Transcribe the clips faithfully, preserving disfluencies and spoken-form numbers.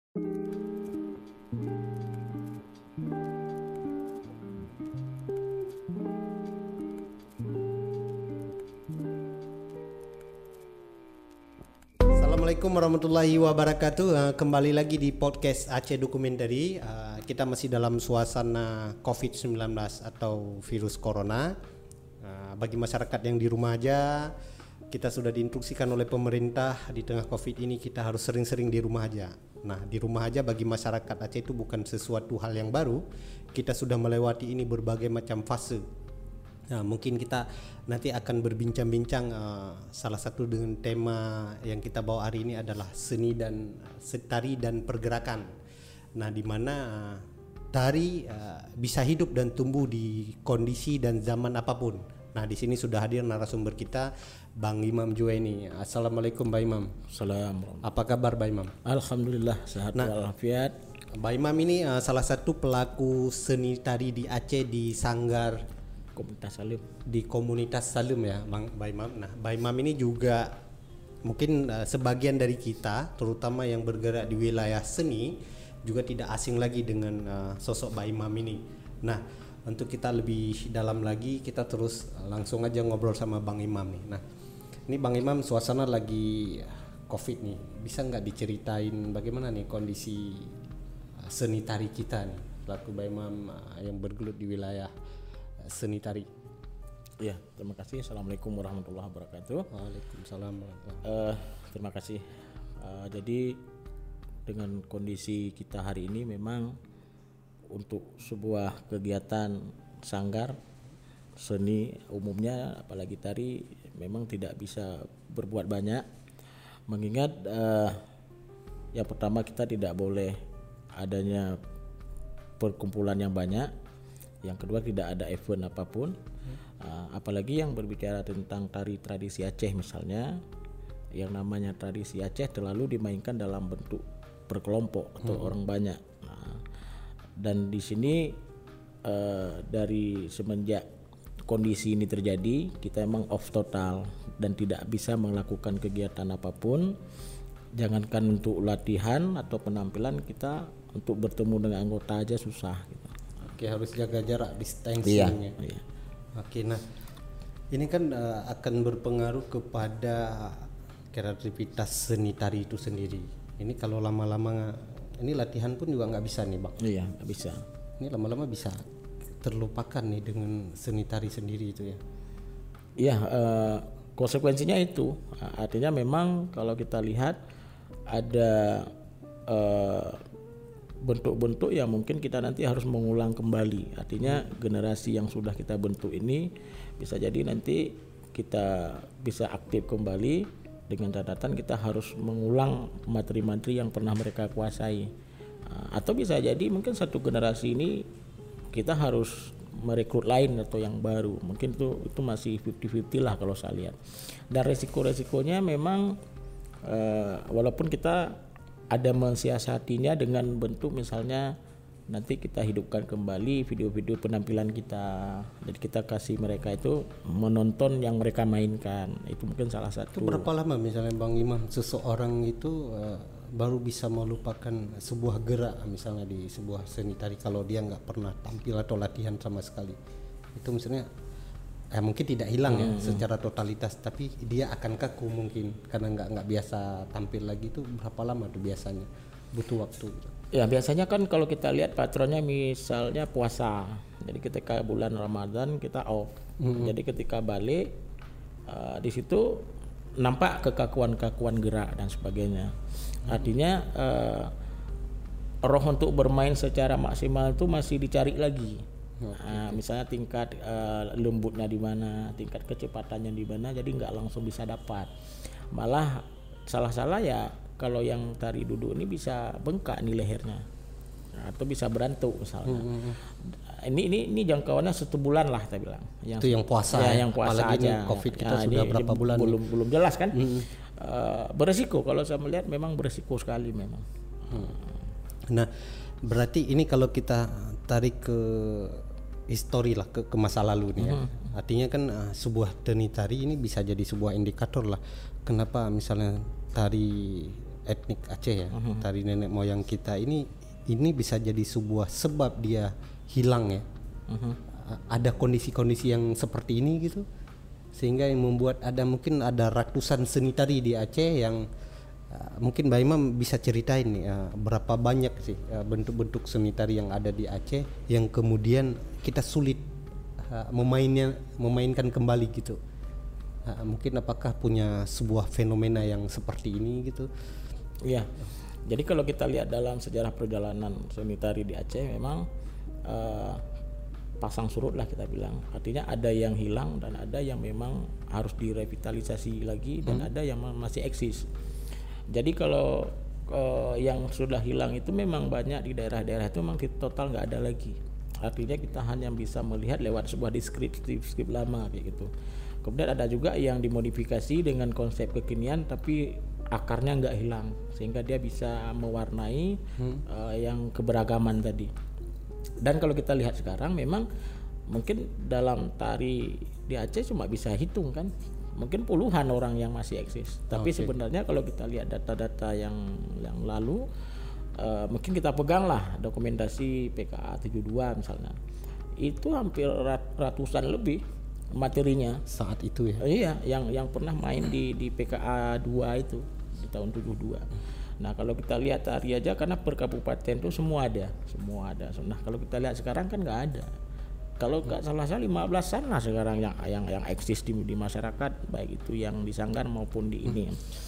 Assalamualaikum warahmatullahi wabarakatuh. Kembali lagi di podcast Aceh Dokumentari. Kita masih dalam suasana covid sembilan belas atau virus corona. Bagi masyarakat yang di rumah aja, kita sudah diinstruksikan oleh pemerintah di tengah covid ini kita harus sering-sering di rumah aja. Nah, di rumah aja bagi masyarakat Aceh itu bukan sesuatu hal yang baru. Kita sudah melewati ini berbagai macam fase. Nah, mungkin kita nanti akan berbincang-bincang uh, salah satu dengan tema yang kita bawa hari ini adalah seni dan tari dan pergerakan. Nah, di mana uh, tari uh, bisa hidup dan tumbuh di kondisi dan zaman apapun. Nah, di sini sudah hadir narasumber kita, Bang Imam Juwaini. Assalamualaikum, Bang Imam. Assalamualaikum. Apa kabar, Bang Imam? Alhamdulillah sehat nah, walafiat. Bang Imam ini uh, salah satu pelaku seni tari di Aceh di Sanggar Komunitas Salim. Di komunitas Salim ya, Bang Imam. Nah, Bang Imam ini juga mungkin uh, sebagian dari kita, terutama yang bergerak di wilayah seni, juga tidak asing lagi dengan uh, sosok Bang Imam ini. Nah, untuk kita lebih dalam lagi, kita terus uh, langsung aja ngobrol sama Bang Imam nih. Nah, ini Bang Imam suasana lagi COVID nih, bisa nggak diceritain bagaimana nih kondisi uh, seni tari kita nih, selaku Bang Imam uh, yang bergelut di wilayah seni tari. Ya, terima kasih. Assalamualaikum warahmatullahi wabarakatuh. Waalaikumsalam. Uh, terima kasih. Uh, jadi dengan kondisi kita hari ini memang untuk sebuah kegiatan sanggar seni umumnya, apalagi tari, memang tidak bisa berbuat banyak. Mengingat uh, yang pertama kita tidak boleh adanya perkumpulan yang banyak. Yang kedua tidak ada event apapun, hmm. uh, apalagi yang berbicara tentang tari tradisi Aceh misalnya, yang namanya tradisi Aceh terlalu dimainkan dalam bentuk berkelompok atau hmm. orang banyak. Nah, dan di sini uh, dari semenjak kondisi ini terjadi, kita emang off total dan tidak bisa melakukan kegiatan apapun. Jangankan untuk latihan atau penampilan, kita untuk bertemu dengan anggota aja susah gitu. Oke, harus jaga jarak, distancing. Iya, iya. Oke, nah ini kan uh, akan berpengaruh kepada kreativitas seni tari itu sendiri. Ini kalau lama-lama, ini latihan pun juga nggak bisa nih, Bang. Iya, nggak bisa. Ini lama-lama bisa terlupakan nih dengan seni tari sendiri itu ya. Iya, uh, konsekuensinya itu. Artinya memang kalau kita lihat ada uh, bentuk-bentuk yang mungkin kita nanti harus mengulang kembali. Artinya generasi yang sudah kita bentuk ini bisa jadi nanti kita bisa aktif kembali, dengan catatan kita harus mengulang materi-materi yang pernah mereka kuasai. Atau bisa jadi mungkin satu generasi ini kita harus merekrut lain atau yang baru. Mungkin itu itu masih fifty fifty lah kalau saya lihat. Dan resiko-resikonya memang uh, walaupun kita ada mensiasatinya dengan bentuk misalnya nanti kita hidupkan kembali video-video penampilan kita, jadi kita kasih mereka itu menonton yang mereka mainkan. Itu mungkin salah satu. Itu berapa lama misalnya Bang Imam seseorang itu uh, baru bisa melupakan sebuah gerak misalnya di sebuah seni tari kalau dia nggak pernah tampil atau latihan sama sekali? Itu misalnya eh, mungkin tidak hilang hmm. ya secara totalitas, tapi dia akan kaku mungkin karena nggak nggak biasa tampil lagi. Itu berapa lama tuh biasanya butuh waktu gitu? Ya biasanya kan kalau kita lihat patronnya misalnya puasa, jadi ketika bulan Ramadan kita off, hmm. jadi ketika balik uh, di situ nampak kekakuan-kakuan gerak dan sebagainya. hmm. Artinya uh, roh untuk bermain secara maksimal itu masih dicari lagi. Okay. Nah, misalnya tingkat uh, lembutnya di mana, tingkat kecepatannya di mana, jadi nggak langsung bisa dapat. Malah salah-salah ya kalau yang tari duduk ini bisa bengkak nih lehernya, nah, atau bisa berantuk misalnya. Hmm. Ini ini ini jangkauannya satu bulan lah kita bilang. Yang, itu yang puasa. Ya, yang puasa apalagi aja. Covid kita nah, sudah ini, berapa ini bulan? Belum belum jelas kan. Hmm. Uh, beresiko kalau saya melihat memang beresiko sekali memang. Hmm. Nah, berarti ini kalau kita tarik ke histori lah ke, ke masa lalu nih ya. Mm-hmm. Artinya kan uh, sebuah seni tari ini bisa jadi sebuah indikator lah kenapa misalnya tari etnik Aceh ya, uh-huh. tari nenek moyang kita ini ini bisa jadi sebuah sebab dia hilang ya. Uh-huh. Ada kondisi-kondisi yang seperti ini gitu, sehingga yang membuat ada mungkin ada ratusan seni tari di Aceh yang uh, mungkin Mbak Imam bisa ceritain nih uh, berapa banyak sih uh, bentuk-bentuk seni tari yang ada di Aceh yang kemudian kita sulit uh, memainnya memainkan kembali gitu. Uh, mungkin apakah punya sebuah fenomena yang seperti ini gitu? Iya. Jadi kalau kita lihat dalam sejarah perjalanan seni tari di Aceh memang uh, pasang surut lah kita bilang. Artinya ada yang hilang dan ada yang memang harus direvitalisasi lagi dan hmm. ada yang masih eksis. Jadi kalau uh, yang sudah hilang itu memang banyak di daerah-daerah itu memang total nggak ada lagi. Artinya kita hanya bisa melihat lewat sebuah deskripsi lama kayak gitu. Kemudian ada juga yang dimodifikasi dengan konsep kekinian tapi akarnya nggak hilang sehingga dia bisa mewarnai hmm. uh, yang keberagaman tadi. Dan kalau kita lihat sekarang memang mungkin dalam tari di Aceh cuma bisa hitung kan, mungkin puluhan orang yang masih eksis. Tapi okay. sebenarnya kalau kita lihat data-data yang yang lalu, uh, mungkin kita peganglah dokumentasi P K A tujuh puluh dua misalnya, itu hampir rat, ratusan lebih materinya saat itu ya. Uh, iya, yang yang pernah main di di P K A dua itu di tahun tujuh puluh dua. Nah kalau kita lihat tari aja karena per kabupaten itu semua ada, semua ada. Nah kalau kita lihat sekarang kan nggak ada. Kalau nggak salah salah lima belasan lah sekarang yang yang yang eksis di, di masyarakat, baik itu yang di Sanggar maupun di ini.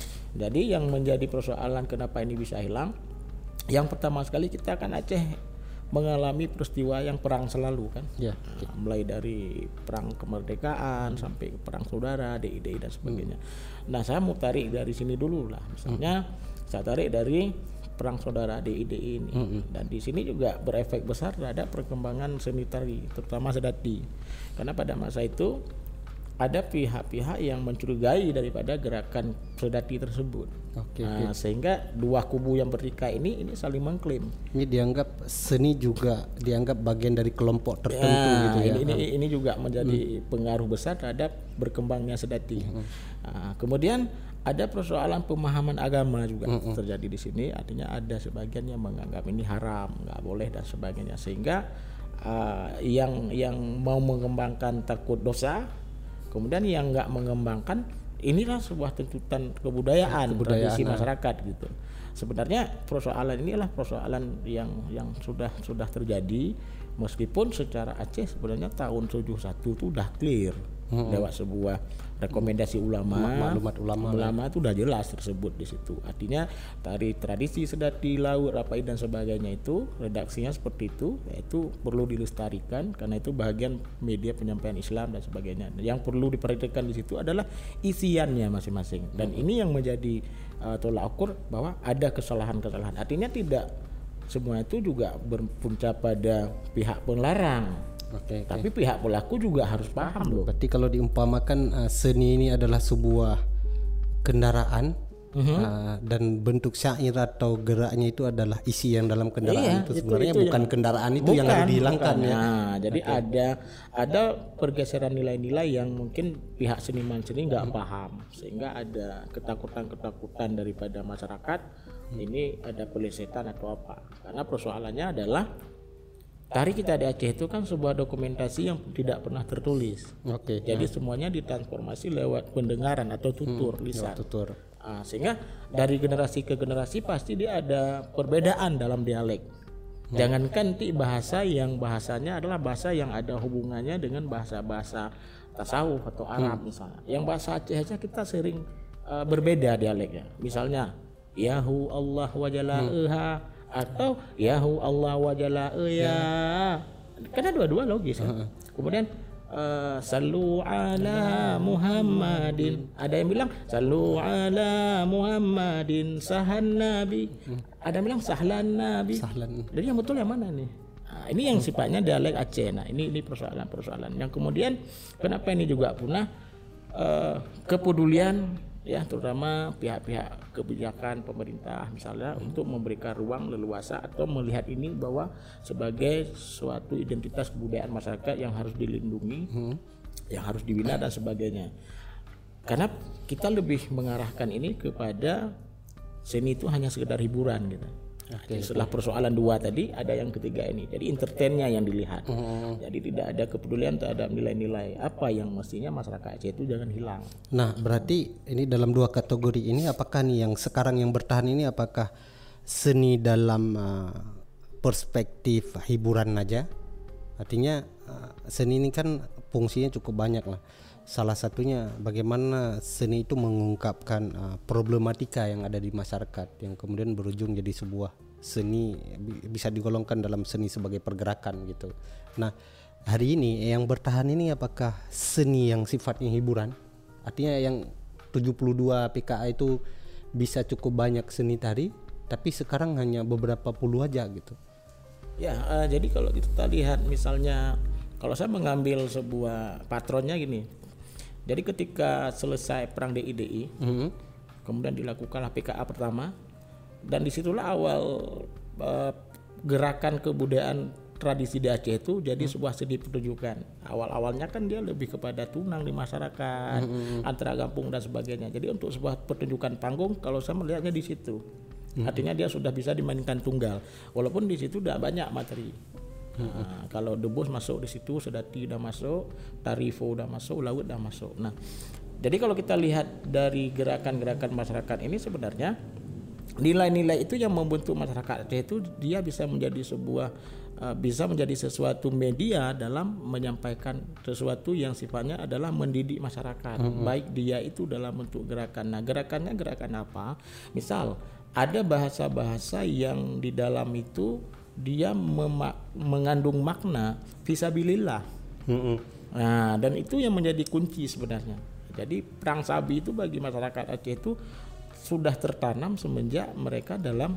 Jadi yang menjadi persoalan kenapa ini bisa hilang? Yang pertama sekali kita kan Aceh mengalami peristiwa yang perang selalu kan, ya, okay. nah, mulai dari perang kemerdekaan sampai ke perang saudara, D I D I dan sebagainya. Hmm. Nah saya mau tarik dari sini dulu lah, misalnya hmm. saya tarik dari perang saudara D I D I ini, hmm. dan di sini juga berefek besar terhadap perkembangan seni tari, terutama sedati, karena pada masa itu ada pihak-pihak yang mencurigai daripada gerakan sedati tersebut. Oke, nah, oke. Sehingga dua kubu yang bertikai ini ini saling mengklaim. Ini dianggap seni juga dianggap bagian dari kelompok tertentu ya, gitu ya. Ini, ini, ini juga menjadi hmm. pengaruh besar terhadap berkembangnya sedati. Hmm. Nah, kemudian ada persoalan pemahaman agama juga hmm. terjadi di sini. Artinya ada sebagian yang menganggap ini haram, nggak boleh dan sebagainya. Sehingga uh, yang yang mau mengembangkan takut dosa, kemudian yang nggak mengembangkan, inilah sebuah tuntutan kebudayaan, kebudayaan tradisi masyarakat gitu. Sebenarnya persoalan ini adalah persoalan yang yang sudah sudah terjadi, meskipun secara Aceh sebenarnya tahun tujuh puluh satu itu udah clear hmm. lewat sebuah rekomendasi ulama, maklumat ulama, ulama itu udah jelas tersebut di situ. Artinya tari tradisi sedati, laut, rapai dan sebagainya itu redaksinya seperti itu, yaitu perlu dilestarikan karena itu bagian media penyampaian Islam dan sebagainya. Yang perlu diperhatikan di situ adalah isiannya masing-masing. Dan ini yang menjadi uh, tolak ukur bahwa ada kesalahan-kesalahan. Artinya tidak semua itu juga berpunca pada pihak pelarang. Oke, tapi oke. Pihak pelaku juga harus paham loh. Berarti kalau diumpamakan uh, seni ini adalah sebuah kendaraan uh-huh. uh, dan bentuk syair atau geraknya itu adalah isi yang dalam kendaraan iya, itu sebenarnya itu, itu bukan yang, kendaraan itu bukan, yang harus dihilangkan bukan. ya. Nah, jadi okay. ada ada pergeseran nilai-nilai yang mungkin pihak seniman sendiri nggak hmm. paham, sehingga ada ketakutan-ketakutan daripada masyarakat hmm. ini ada pelesetan atau apa. Karena persoalannya adalah tari kita di Aceh itu kan sebuah dokumentasi yang tidak pernah tertulis. Oke. Jadi nah. semuanya ditransformasi lewat pendengaran atau tutur hmm, lisan. Tutur. Nah, sehingga dari generasi ke generasi pasti dia ada perbedaan dalam dialek. Hmm. Jangankan nanti bahasa yang bahasanya adalah bahasa yang ada hubungannya dengan bahasa-bahasa tasawuf atau Arab hmm. misalnya. Yang bahasa Aceh aja kita sering uh, berbeda dialeknya. Misalnya Yahu Allah wa jala'uha hmm. atau Yahu Allah wa jala'u ya. Karena dua-dua logis ya. Uh-huh. Kemudian uh, sallu ala Muhammadin. Ada yang bilang sallu ala Muhammadin sahan nabi. Hmm. Ada yang bilang sahlan nabi. Sahlan. Jadi yang betul yang mana nih? Nah, ini yang sifatnya dialek Aceh. Nah, ini ini persoalan-persoalan. Yang kemudian kenapa ini juga punah uh, kepedulian ya, terutama pihak-pihak kebijakan pemerintah misalnya hmm. untuk memberikan ruang leluasa atau melihat ini bahwa sebagai suatu identitas kebudayaan masyarakat yang harus dilindungi, hmm. yang harus dibina dan sebagainya. Karena kita lebih mengarahkan ini kepada seni itu hanya sekedar hiburan gitu. Okay. Setelah persoalan dua tadi ada yang ketiga ini, jadi entertainnya yang dilihat. Hmm. Jadi tidak ada kepedulian terhadap nilai-nilai apa yang mestinya masyarakat Aceh itu jangan hilang. Nah berarti ini dalam dua kategori ini, apakah nih yang sekarang yang bertahan ini apakah seni dalam uh, perspektif hiburan aja? Artinya uh, seni ini kan fungsinya cukup banyak lah. Salah satunya bagaimana seni itu mengungkapkan uh, problematika yang ada di masyarakat yang kemudian berujung jadi sebuah seni, bisa digolongkan dalam seni sebagai pergerakan gitu. Nah hari ini yang bertahan ini apakah seni yang sifatnya hiburan? Artinya yang tujuh puluh dua P K A itu bisa cukup banyak seni tari, tapi sekarang hanya beberapa puluh aja gitu. Ya uh, jadi kalau kita lihat misalnya, kalau saya mengambil sebuah patronnya gini. Jadi ketika selesai perang D I D I, mm-hmm. kemudian dilakukanlah P K A pertama, dan disitulah awal uh, gerakan kebudayaan tradisi di Aceh itu jadi mm-hmm. sebuah seni pertunjukan. Awal-awalnya kan dia lebih kepada tunang di masyarakat, mm-hmm. antara kampung dan sebagainya. Jadi untuk sebuah pertunjukan panggung, kalau saya melihatnya di situ, mm-hmm. artinya dia sudah bisa dimainkan tunggal, walaupun di situ tidak banyak materi. Nah, kalau debus masuk di situ, sedati udah masuk, tarifo udah masuk, laut udah masuk. Nah, jadi kalau kita lihat dari gerakan-gerakan masyarakat ini sebenarnya nilai-nilai itu yang membentuk masyarakat Aceh itu dia bisa menjadi sebuah uh, bisa menjadi sesuatu media dalam menyampaikan sesuatu yang sifatnya adalah mendidik masyarakat. Mm-hmm. Baik dia itu dalam bentuk gerakan. Nah, gerakannya gerakan apa? Misal ada bahasa-bahasa yang di dalam itu dia mema- mengandung makna fisabilillah. Mm-hmm. Nah, dan itu yang menjadi kunci sebenarnya. Jadi perang sabi itu bagi masyarakat Aceh itu sudah tertanam semenjak mereka dalam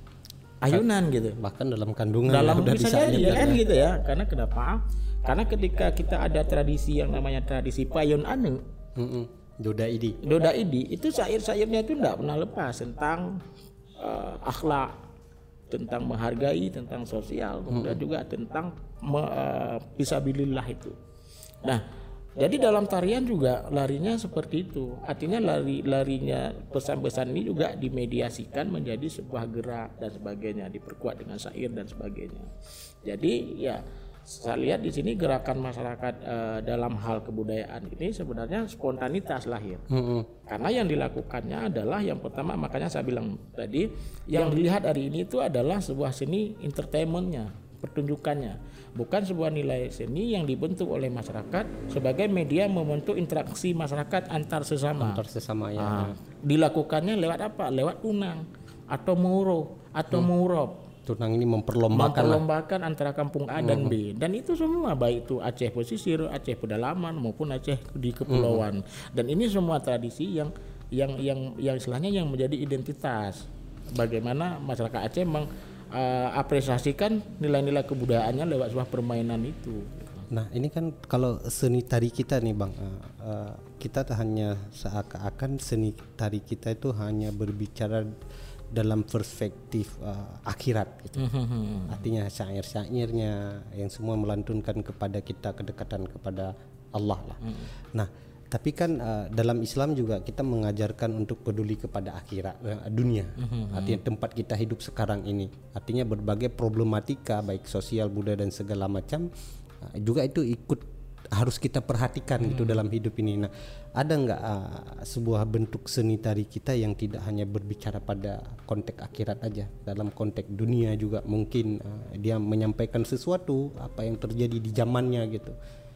ayunan gitu. Bahkan dalam kandungan dalam bisa jadi ya kan gitu ya. Karena kenapa? Karena ketika kita ada tradisi yang namanya tradisi payun ane, mm-hmm. Doda Idi. Doda Idi itu syair-syairnya itu tidak pernah lepas tentang uh, akhlak, tentang menghargai, tentang sosial, kemudian hmm. juga tentang uh, fisabilillah itu. Nah, jadi dalam tarian juga larinya seperti itu. Artinya lari-larinya pesan-pesan ini juga dimediasikan menjadi sebuah gerak dan sebagainya, diperkuat dengan syair dan sebagainya. Jadi ya saya lihat di sini gerakan masyarakat uh, dalam hal kebudayaan ini sebenarnya spontanitas lahir. Mm-hmm. Karena yang dilakukannya adalah yang pertama, makanya saya bilang tadi yang dilihat hari ini itu adalah sebuah seni entertainmentnya, pertunjukannya, bukan sebuah nilai seni yang dibentuk oleh masyarakat sebagai media membentuk interaksi masyarakat antar sesama. Antar sesama ya. Nah, dilakukannya lewat apa? Lewat tunang atau muro atau hmm. murob. Tunang ini memperlombakan memperlombakan lah. Antara kampung A dan B, dan itu semua baik itu Aceh pesisir, Aceh pedalaman maupun Aceh di kepulauan. Mm-hmm. Dan ini semua tradisi yang yang yang yang istilahnya yang menjadi identitas bagaimana masyarakat Aceh mengapresiasikan uh, nilai-nilai kebudayaannya lewat sebuah permainan itu. Nah ini kan kalau seni tari kita nih Bang, uh, uh, kita hanya seakan-akan seni tari kita itu hanya berbicara dalam perspektif uh, akhirat gitu. Mm-hmm. Artinya syair-syairnya yang semua melantunkan kepada kita kedekatan kepada Allah lah. Mm-hmm. Nah, tapi kan uh, dalam Islam juga kita mengajarkan untuk peduli kepada akhirat, uh, dunia. Mm-hmm. Artinya tempat kita hidup sekarang ini. Artinya berbagai problematika baik sosial, budaya dan segala macam uh, juga itu ikut harus kita perhatikan hmm. gitu dalam hidup ini. Nah, ada nggak uh, sebuah bentuk seni tari kita yang tidak hanya berbicara pada konteks akhirat aja, dalam konteks dunia juga mungkin uh, dia menyampaikan sesuatu apa yang terjadi di zamannya gitu.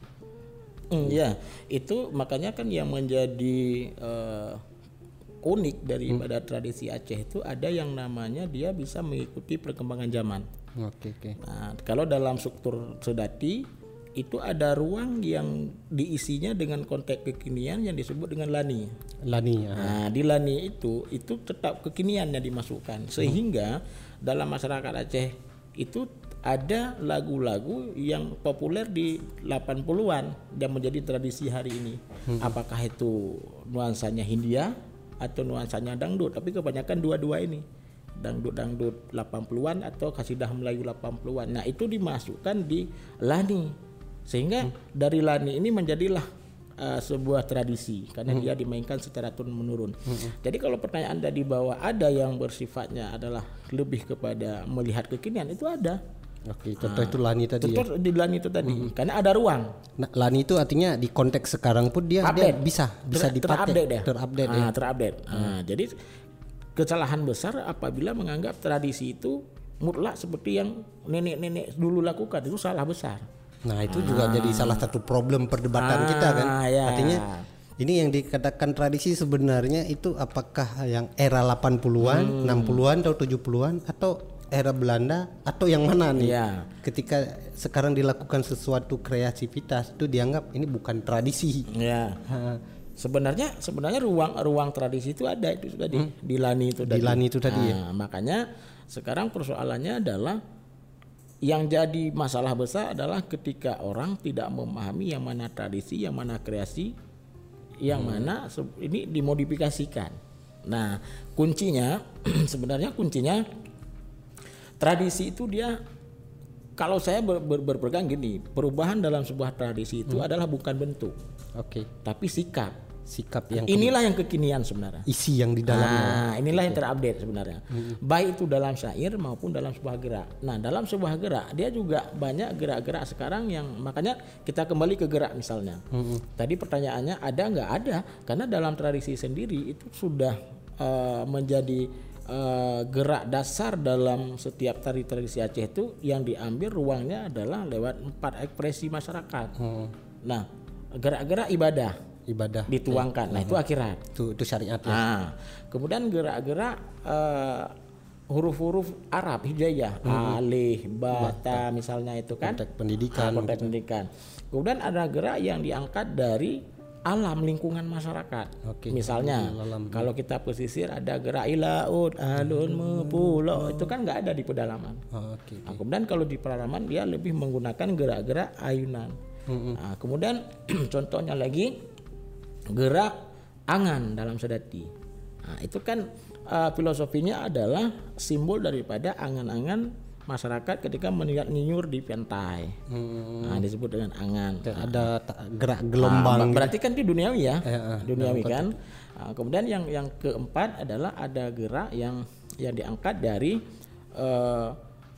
Hmm, ya, itu makanya kan yang menjadi uh, unik daripada hmm. tradisi Aceh itu ada yang namanya dia bisa mengikuti perkembangan zaman. Oke, okay, oke. Okay. Nah, kalau dalam struktur sedati itu ada ruang yang diisinya dengan konteks kekinian yang disebut dengan lani. Lani. Ya. Nah, di lani itu itu tetap kekiniannya dimasukkan sehingga hmm. dalam masyarakat Aceh itu ada lagu-lagu yang populer di delapan puluhan yang menjadi tradisi hari ini. Hmm. Apakah itu nuansanya Hindia atau nuansanya dangdut, tapi kebanyakan dua-dua ini. Dangdut-dangdut delapan puluhan atau kasidah Melayu delapan puluhan. Nah, itu dimasukkan di lani. Sehingga hmm. dari lani ini menjadilah uh, sebuah tradisi karena hmm. dia dimainkan secara turun menurun. Hmm. Jadi kalau pertanyaan Anda di bawah ada yang bersifatnya adalah lebih kepada melihat kekinian, itu ada. Oke, contoh ah, itu Lani tadi. Contoh ya? di Lani itu tadi, hmm. karena ada ruang. Nah, Lani itu artinya di konteks sekarang pun dia, dia bisa bisa Ter, dipakai. Terupdate ya. Terupdate. Ah, ya. terupdate. Hmm. Ah, jadi kesalahan besar apabila menganggap tradisi itu mutlak seperti yang nenek-nenek dulu lakukan, itu salah besar. Nah, itu ah. juga jadi salah satu problem perdebatan ah, kita kan. Ya. Artinya ini yang dikatakan tradisi sebenarnya itu apakah yang era delapan puluhan, hmm. enam puluhan atau tujuh puluhan atau era Belanda atau yang mana nih? Ya. Ketika sekarang dilakukan sesuatu kreativitas itu dianggap ini bukan tradisi. Ya. Ha. Sebenarnya sebenarnya ruang ruang tradisi itu ada itu tadi hmm? di Lani itu tadi. Di Lani itu tadi. Nah, ya. Makanya sekarang persoalannya adalah yang jadi masalah besar adalah ketika orang tidak memahami yang mana tradisi, yang mana kreasi, yang hmm. mana ini dimodifikasikan. Nah, kuncinya sebenarnya kuncinya tradisi itu dia, kalau saya ber, ber, berpegang gini, perubahan dalam sebuah tradisi itu hmm. adalah bukan bentuk, oke, okay. tapi sikap. Sikap yang inilah yang kekinian sebenarnya. Isi yang di dalamnya. Nah, inilah okay. yang terupdate sebenarnya. Hmm. Baik itu dalam syair maupun dalam sebuah gerak. Nah, dalam sebuah gerak dia juga banyak gerak-gerak sekarang yang makanya kita kembali ke gerak misalnya. Hmm. Tadi pertanyaannya ada nggak? Ada, karena dalam tradisi sendiri itu sudah uh, menjadi Uh, gerak dasar dalam setiap tari tradisi Aceh itu yang diambil ruangnya adalah lewat empat ekspresi masyarakat. Hmm. Nah, gerak-gerak ibadah, ibadah dituangkan. Ya. Nah, hmm. itu akhirat. Itu, itu syariat. Ya. Nah, kemudian gerak-gerak uh, huruf-huruf Arab hijaiyah, hmm. alif, ba, ta misalnya itu kan. Konteks pendidikan. Nah, konteks pendidikan. Kemudian ada gerak yang diangkat dari alam lingkungan masyarakat. Oke. Misalnya alam. Kalau kita pesisir ada gerak ilaud, alun, hmm. pulau, itu kan nggak ada di pedalaman. Oh, okay, okay. Nah, kemudian kalau di pedalaman dia lebih menggunakan gerak-gerak ayunan. Hmm. Nah, kemudian contohnya lagi gerak angan dalam sedati. Nah, itu kan uh, filosofinya adalah simbol daripada angan-angan masyarakat ketika melihat nyinyur di pantai. Hmm. Nah, disebut dengan angan. Ada nah, gerak gelombang. Nah, berarti kan itu duniawi ya. Eh, eh, duniawi kan. Nah, kemudian yang yang keempat adalah ada gerak yang yang diangkat dari uh,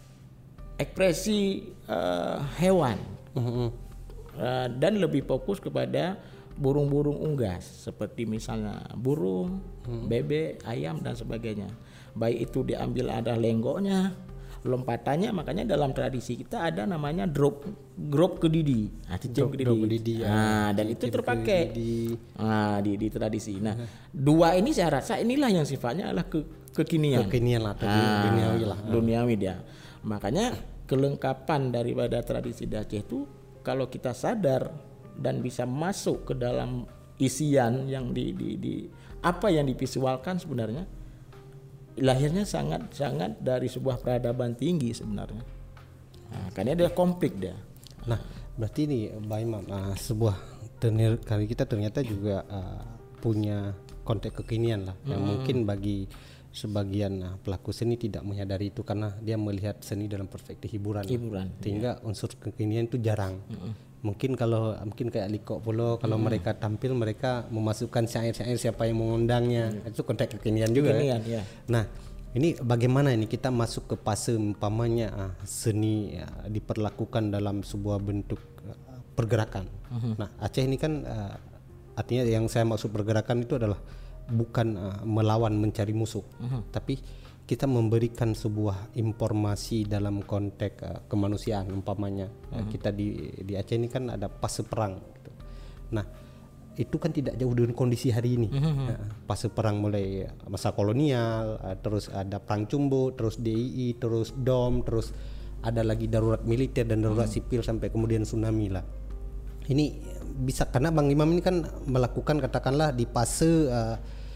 ekspresi uh, hewan. Hmm. Uh, dan lebih fokus kepada burung-burung unggas seperti misalnya burung, hmm. bebek, ayam dan sebagainya. Baik itu diambil ada lenggoknya, lompatannya, makanya dalam tradisi kita ada namanya drop drop kedidi. Nah, drop kedidi. Nah, dan itu terpakai nah, di, di tradisi. Nah, dua ini saya rasa inilah yang sifatnya adalah ke, kekinian. Kekinian lah, nah, duniawi lah. Duniawi dia. Makanya kelengkapan daripada tradisi Aceh itu kalau kita sadar dan bisa masuk ke dalam isian yang di, di, di apa yang divisualkan sebenarnya, lahirnya sangat-sangat dari sebuah peradaban tinggi sebenarnya. Nah, karena dia komplit dia. Nah, berarti ini Mbak Imam, uh, sebuah tenir kali kita ternyata juga uh, punya konteks kekinian lah, hmm. yang mungkin bagi sebagian uh, pelaku seni tidak menyadari itu karena dia melihat seni dalam perspektif hiburan. Hiburan. Sehingga ya. Unsur kekinian itu jarang. Hmm. Mungkin kalau mungkin kayak Liko Polo kalau hmm. mereka tampil mereka memasukkan syair-syair siapa yang mengundangnya, hmm. itu konteks kekinian juga. Kekinian, ya. Nah, ini bagaimana ini kita masuk ke fase umpamanya ah, seni ya, diperlakukan dalam sebuah bentuk uh, pergerakan. Hmm. Nah, Aceh ini kan uh, artinya yang saya maksud pergerakan itu adalah bukan uh, melawan mencari musuh, hmm. tapi kita memberikan sebuah informasi dalam konteks uh, kemanusiaan umpamanya. Mm-hmm. uh, kita di di Aceh ini kan ada fase perang gitu. Nah, itu kan tidak jauh dari kondisi hari ini. Mm-hmm. uh, fase perang mulai masa kolonial, uh, terus ada perang Cumbu, terus D I I, terus D O M, terus ada lagi darurat militer dan darurat mm-hmm. sipil sampai kemudian tsunami lah. Ini bisa karena Bang Imam ini kan melakukan katakanlah di fase uh,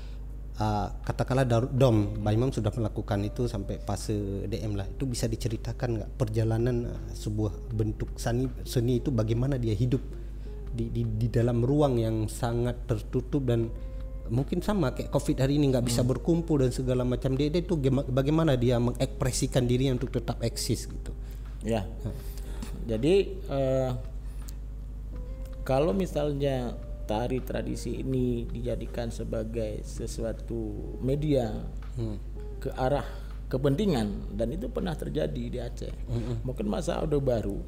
Uh, katakanlah D O M, Mbak Imam sudah melakukan itu sampai fase D M lah. Itu bisa diceritakan nggak perjalanan uh, sebuah bentuk seni seni itu bagaimana dia hidup di, di di dalam ruang yang sangat tertutup dan mungkin sama kayak COVID hari ini nggak bisa hmm. berkumpul dan segala macam. Dia itu bagaimana dia mengekspresikan dirinya untuk tetap eksis gitu. Ya. Hmm. Jadi uh, kalau misalnya tari tradisi ini dijadikan sebagai sesuatu media hmm. ke arah kepentingan, dan itu pernah terjadi di Aceh. Hmm. Mungkin masa Orde Baru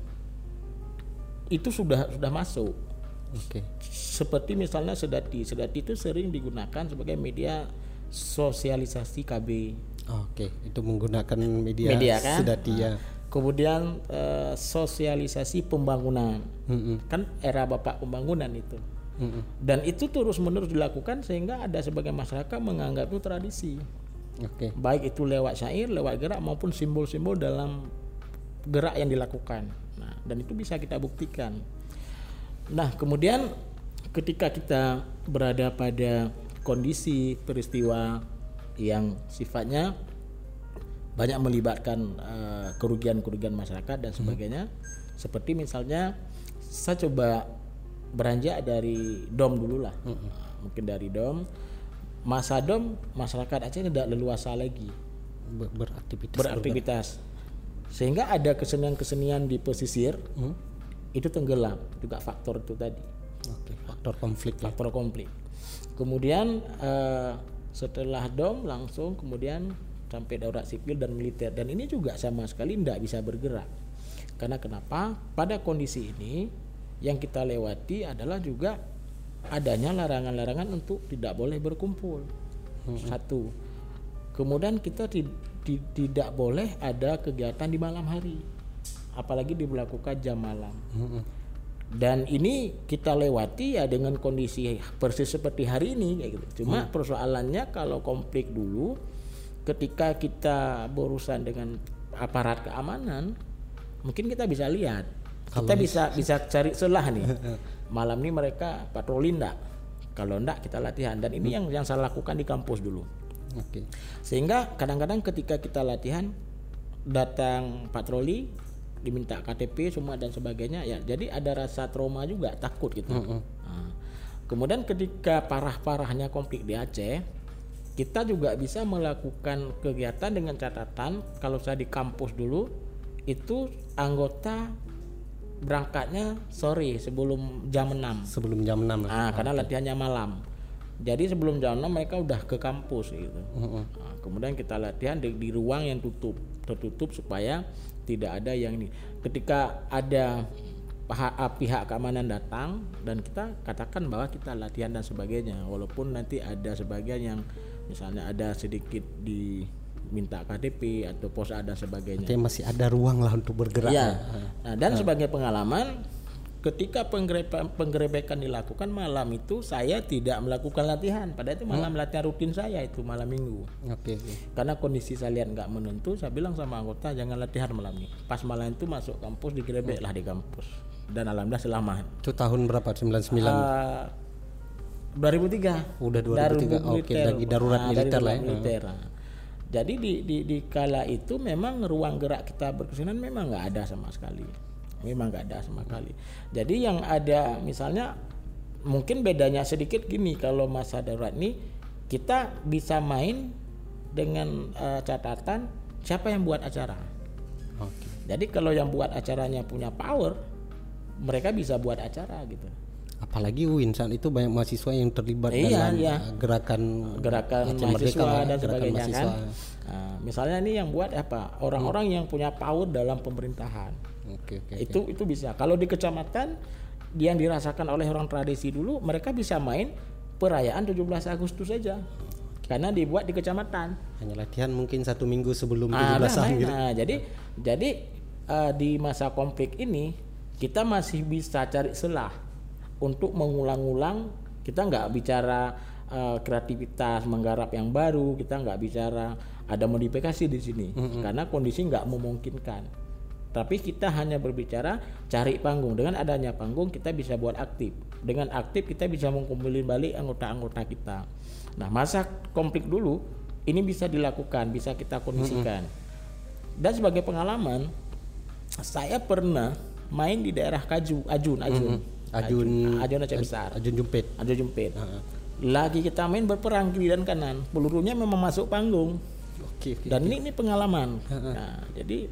itu sudah sudah masuk. Okay. Seperti misalnya Sedati, Sedati itu sering digunakan sebagai media sosialisasi K B. Oke, okay. Itu menggunakan media, media kan? Sedati ya. Kemudian uh, sosialisasi pembangunan, mm-hmm. kan era Bapak Pembangunan itu, mm-hmm. dan itu terus menerus dilakukan sehingga ada sebagian masyarakat menganggap itu tradisi, okay. baik itu lewat syair, lewat gerak maupun simbol-simbol dalam gerak yang dilakukan. Nah, dan itu bisa kita buktikan. Nah, kemudian ketika kita berada pada kondisi peristiwa yang sifatnya banyak melibatkan uh, kerugian-kerugian masyarakat dan sebagainya, hmm. seperti misalnya saya coba beranjak dari dom dulu lah, hmm. uh, mungkin dari dom, masa dom masyarakat Aceh tidak leluasa lagi Ber- beraktivitas, beraktivitas, sehingga ada kesenian-kesenian di pesisir hmm. itu tenggelam, juga faktor itu tadi. Oke, faktor konflik. Faktor konflik. Kemudian uh, setelah dom langsung kemudian sampai darurat sipil dan militer, dan ini juga sama sekali tidak bisa bergerak. Karena kenapa? Pada kondisi ini yang kita lewati adalah juga adanya larangan-larangan untuk tidak boleh berkumpul. Hmm. Satu. Kemudian kita ti- ti- tidak boleh ada kegiatan di malam hari, apalagi diberlakukan jam malam. Hmm. Dan ini kita lewati ya dengan kondisi persis seperti hari ini kayak gitu. Cuma hmm. persoalannya kalau konflik dulu, ketika kita berurusan dengan aparat keamanan, mungkin kita bisa lihat, kalau kita bisa bisa cari celah nih. Malam ini mereka patroli enggak? Kalau enggak kita latihan, dan ini hmm. yang yang saya lakukan di kampus dulu. Oke. Sehingga kadang-kadang ketika kita latihan datang patroli, diminta K T P semua dan sebagainya, ya jadi ada rasa trauma juga, takut gitu. Hmm. Nah, kemudian ketika parah-parahnya konflik di Aceh, kita juga bisa melakukan kegiatan dengan catatan, kalau saya di kampus dulu itu anggota berangkatnya sore sebelum jam enam. Sebelum jam enam. Nah, karena latihannya malam. Jadi sebelum jam enam mereka udah ke kampus gitu. Uh-huh. Nah, kemudian kita latihan di, di ruang yang tutup, tertutup supaya tidak ada yang ini. Ketika ada pihak, pihak keamanan datang dan kita katakan bahwa kita latihan dan sebagainya, walaupun nanti ada sebagian yang misalnya ada sedikit diminta K T P atau pos dan sebagainya. Artinya masih ada ruang lah untuk bergerak. Ya. Nah, dan nah. sebagai pengalaman, ketika penggerebekan, penggerebekan dilakukan malam itu, saya tidak melakukan latihan. Padahal itu malam hmm. latihan rutin saya itu malam minggu. Oke. Okay. Karena kondisi saya lihat nggak menentu, saya bilang sama anggota jangan latihan malam ini. Pas malam itu masuk kampus digerebek hmm. lah di kampus. Dan alhamdulillah selamat. Itu tahun berapa? sembilan puluh sembilan. Uh, dua ribu tiga. Udah dua ribu tiga. Oke, okay, lagi darurat nah, militer lah ya. Militer. Nah. Jadi di, di di kala itu memang ruang gerak kita berkesenian memang nggak ada sama sekali. Memang nggak ada sama sekali. Jadi yang ada misalnya mungkin bedanya sedikit gini, kalau masa darurat ini kita bisa main dengan uh, catatan siapa yang buat acara. Okay. Jadi kalau yang buat acaranya punya power, mereka bisa buat acara gitu. Apalagi U I N saat itu banyak mahasiswa yang terlibat iya, dalam iya. gerakan gerakan mahasiswa Merdeka, dan sebagainya mahasiswa. Kan. Nah, misalnya ini yang buat apa? Orang-orang hmm. yang punya power dalam pemerintahan. Oke, oke, itu oke. Itu bisa. Kalau di kecamatan yang dirasakan oleh orang tradisi dulu, mereka bisa main perayaan tujuh belas Agustus saja. Karena dibuat di kecamatan. Hanya latihan mungkin satu minggu sebelum tujuh belasan nah, gitu. Nah, jadi jadi uh, di masa konflik ini kita masih bisa cari celah untuk mengulang-ulang. Kita nggak bicara uh, kreativitas menggarap yang baru, kita nggak bicara ada modifikasi di sini mm-hmm. karena kondisi nggak memungkinkan. Tapi kita hanya berbicara cari panggung. Dengan adanya panggung kita bisa buat aktif. Dengan aktif kita bisa mengumpulin balik anggota-anggota kita. Nah, masa konflik dulu ini bisa dilakukan, bisa kita kondisikan. Mm-hmm. Dan sebagai pengalaman, saya pernah main di daerah Kaju, Ajun, Ajun. Mm-hmm. Ajun, Ajun Aceh Besar. Ajun Jumpit. Ajun Jumpit. Uh-huh. Lagi kita main berperang kiri dan kanan, pelurunya memang masuk panggung. Oke. Okay, okay, dan okay. ini ini pengalaman. Uh-huh. Nah, jadi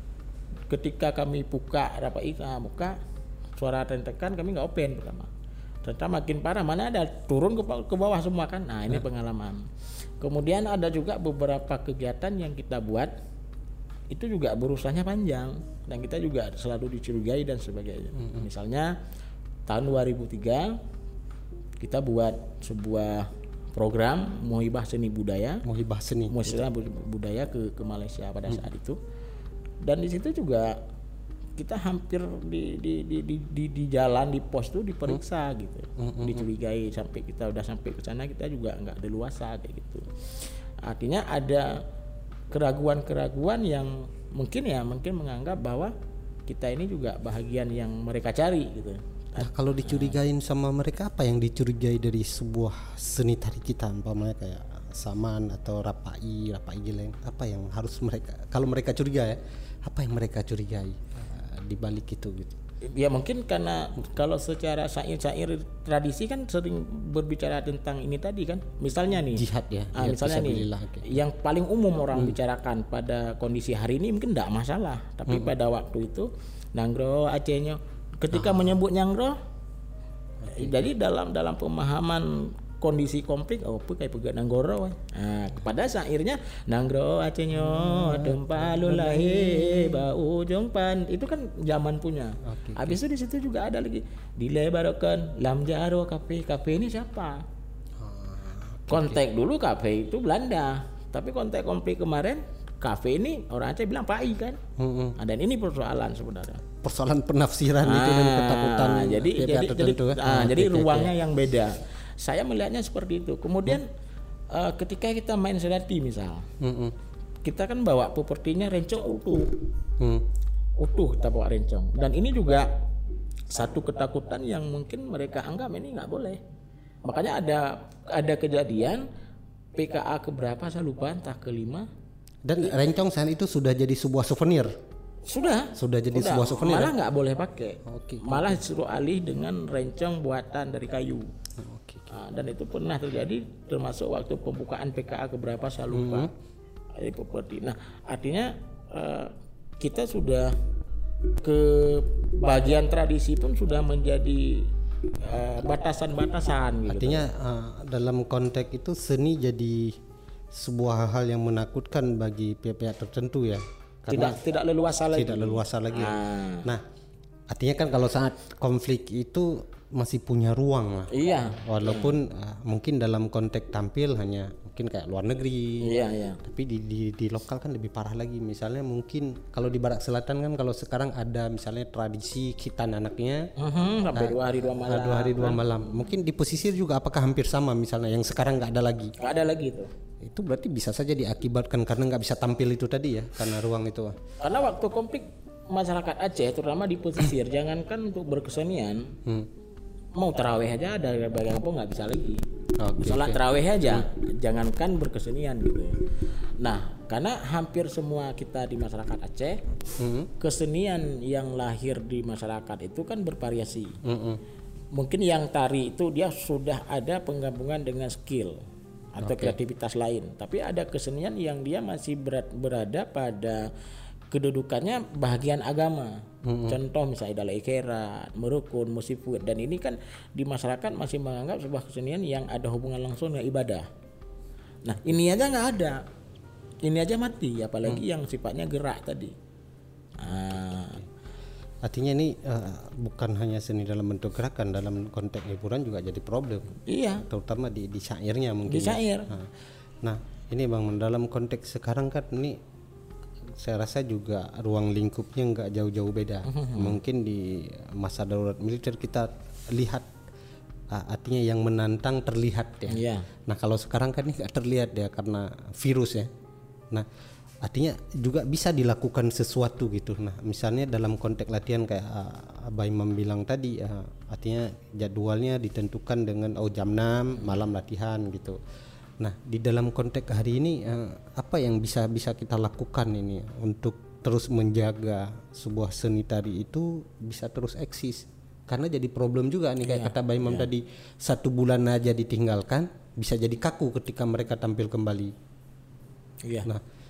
ketika kami buka rapat itu, buka suara rentekan kami nggak open pertama. ternyata makin parah, mana ada turun ke, ke bawah semua kan. Nah ini pengalaman. Kemudian ada juga beberapa kegiatan yang kita buat itu juga berusaha panjang dan kita juga selalu dicurigai dan sebagainya. Mm-hmm. Misalnya tahun dua ribu tiga kita buat sebuah program Muhibah Seni Budaya, Muhibah Seni, Muhibah Budaya ke ke Malaysia pada saat mm. itu. Dan di situ juga kita hampir di di di di di, di jalan di pos tuh diperiksa hmm. gitu, hmm. dicurigai sampai kita udah sampai ke sana kita juga nggak leluasa kayak gitu. Artinya ada keraguan-keraguan yang mungkin ya mungkin menganggap bahwa kita ini juga bahagian yang mereka cari gitu. Nah, kalau dicurigain sama mereka, apa yang dicurigai dari sebuah seni tari kita, umpamanya kayak Saman atau Rapai, Rapai Geleng, apa yang harus mereka, kalau mereka curiga ya, apa yang mereka curigai uh, di balik itu gitu? Ya mungkin karena kalau secara syair-syair tradisi kan sering berbicara tentang ini tadi kan, misalnya nih jihad ya, ah, jihad misalnya nih okay. yang paling umum orang hmm. bicarakan pada kondisi hari ini mungkin tidak masalah, tapi hmm. pada waktu itu Nanggro Acehnya ketika ah. menyebut Nyangro, okay. jadi dalam dalam pemahaman kondisi konflik, oh apa kayak pegat Nanggoro, nah pada syairnya Nanggro Acehnya tempalu lahi bau jongpan, itu kan zaman punya. Okay, habis okay. itu di situ juga ada lagi dilebarkan lam jaro kafe, kafe ini siapa? Okay, kontek okay. dulu kafe itu Belanda, tapi kontek konflik kemarin kafe ini orang Aceh bilang Pai kan, mm-hmm. nah, dan ini persoalan sebenarnya. Persoalan penafsiran ah, itu dan ketakutan. Jadi jadi jadi, ya? ah, jadi okay, ruangnya okay. yang beda. Saya melihatnya seperti itu. Kemudian hmm. uh, ketika kita main sedati misal, hmm. kita kan bawa propertinya rencong utuh, hmm. utuh kita bawa rencong. Dan ini juga satu ketakutan yang mungkin mereka anggap ini nggak boleh. Makanya ada ada kejadian P K A keberapa saya lupa, entah kelima. Dan rencong saat itu sudah jadi sebuah souvenir. Sudah, sudah jadi sudah. sebuah souvenir. Malah nggak boleh pakai. Okay, Malah okay. suruh alih dengan rencong buatan dari kayu. Okay. Nah, dan itu pernah terjadi termasuk waktu pembukaan P K A keberapa saya lupa. Mm-hmm. Properti. Nah, artinya uh, kita sudah ke bagian tradisi pun sudah menjadi uh, batasan-batasan. Gitu. Artinya uh, dalam konteks itu seni jadi sebuah hal yang menakutkan bagi pihak-pihak tertentu ya. Karena tidak tidak leluasa lagi. Tidak leluasa lagi. Ah. Nah, artinya kan kalau saat konflik itu masih punya ruang lah. Iya. Walaupun uh, mungkin dalam konteks tampil hanya mungkin kayak luar negeri. Iya, iya. Tapi di, di di lokal kan lebih parah lagi. Misalnya mungkin kalau di Barat Selatan kan kalau sekarang ada misalnya tradisi khitan anaknya uh-huh, sampai uh, dua hari dua malam. Dua hari dua malam. Mungkin di pesisir juga apakah hampir sama misalnya yang sekarang nggak ada lagi? Nggak ada lagi itu. Itu berarti bisa saja diakibatkan karena nggak bisa tampil itu tadi ya, karena ruang itu. Karena waktu konflik masyarakat Aceh terutama di pesisir jangankan untuk berkesenian, hmm. mau taraweh aja ada bagian apa nggak bisa lagi. Okay, sholat okay. taraweh aja, hmm. jangankan berkesenian gitu. Nah, karena hampir semua kita di masyarakat Aceh, hmm. kesenian yang lahir di masyarakat itu kan bervariasi. Hmm. Mungkin yang tari itu dia sudah ada penggabungan dengan skill atau okay. kreativitas lain, tapi ada kesenian yang dia masih berat, berada pada kedudukannya bahagian agama. Mm-hmm. Contoh misalnya Idala Ikherat, Merukun, Musifut, dan ini kan di masyarakat masih menganggap sebuah kesenian yang ada hubungan langsung dengan ibadah. Nah ini aja nggak ada, ini aja mati, apalagi mm. yang sifatnya gerak tadi. Nah, artinya ini uh, bukan hanya seni dalam bentuk gerakan, dalam konteks hiburan juga jadi problem. Iya. Terutama di, di syairnya mungkin. Di syair. Ya. Nah, nah ini Bang, dalam konteks sekarang kan ini saya rasa juga ruang lingkupnya nggak jauh-jauh beda. Mm-hmm. Mungkin di masa darurat militer kita lihat uh, artinya yang menantang terlihat ya. Iya. Nah kalau sekarang kan ini nggak terlihat ya karena virus ya. Nah artinya juga bisa dilakukan sesuatu gitu. Nah misalnya dalam konteks latihan kayak uh, Abah Imam bilang tadi, uh, artinya jadwalnya ditentukan dengan oh jam enam malam latihan gitu. Nah di dalam konteks hari ini uh, apa yang bisa bisa kita lakukan ini untuk terus menjaga sebuah seni tari itu bisa terus eksis, karena jadi problem juga nih kayak yeah, kata Abah Imam yeah. tadi, satu bulan aja ditinggalkan bisa jadi kaku ketika mereka tampil kembali. Iya. Nah